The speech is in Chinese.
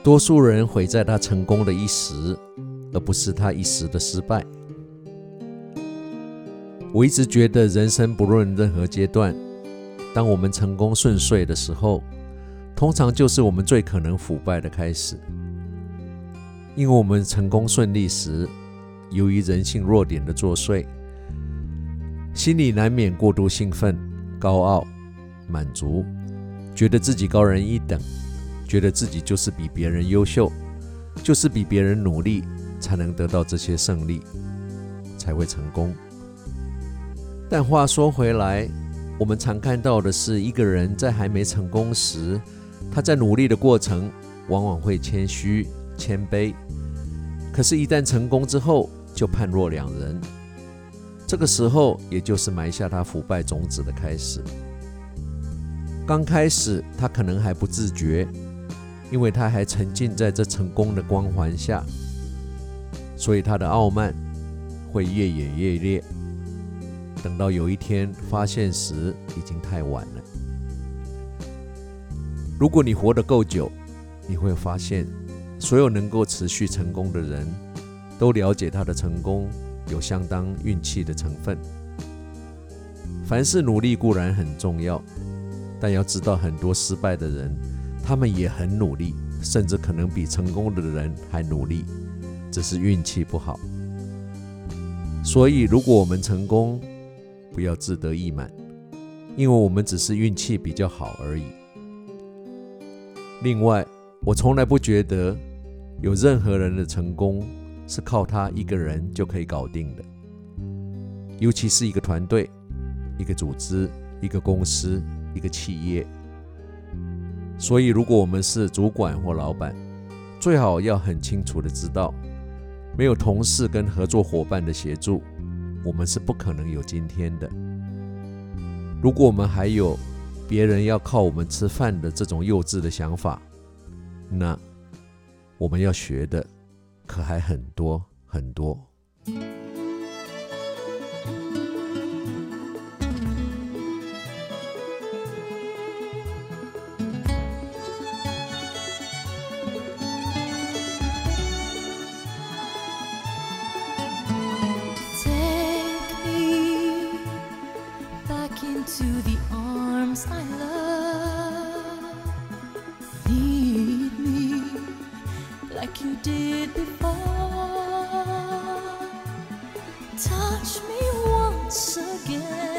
多数人毁在他成功的一时，而不是他一时的失败。我一直觉得人生不论任何阶段，当我们成功顺遂的时候，通常就是我们最可能腐败的开始。因为我们成功顺利时，由于人性弱点的作祟，心里难免过度兴奋、高傲、满足，觉得自己高人一等，觉得自己就是比别人优秀，就是比别人努力才能得到这些胜利，才会成功。但话说回来，我们常看到的是，一个人在还没成功时，他在努力的过程往往会谦虚、谦卑，可是一旦成功之后，就判若两人。这个时候，也就是埋下他腐败种子的开始。刚开始，他可能还不自觉，因为他还沉浸在这成功的光环下，所以他的傲慢会越演越烈。等到有一天发现时，已经太晚了。如果你活得够久，你会发现，所有能够持续成功的人，都了解他的成功有相当运气的成分。凡事努力固然很重要，但要知道很多失败的人，他们也很努力，甚至可能比成功的人还努力，只是运气不好。所以如果我们成功，不要自得意满，因为我们只是运气比较好而已。另外，我从来不觉得有任何人的成功是靠他一个人就可以搞定的，尤其是一个团队、一个组织、一个公司、一个企业。所以如果我们是主管或老板，最好要很清楚的知道，没有同事跟合作伙伴的协助，我们是不可能有今天的。如果我们还有别人要靠我们吃饭的这种幼稚的想法，那我们要学的可还很多很多。 Into the arms I love, lead me like you did before, touch me once again.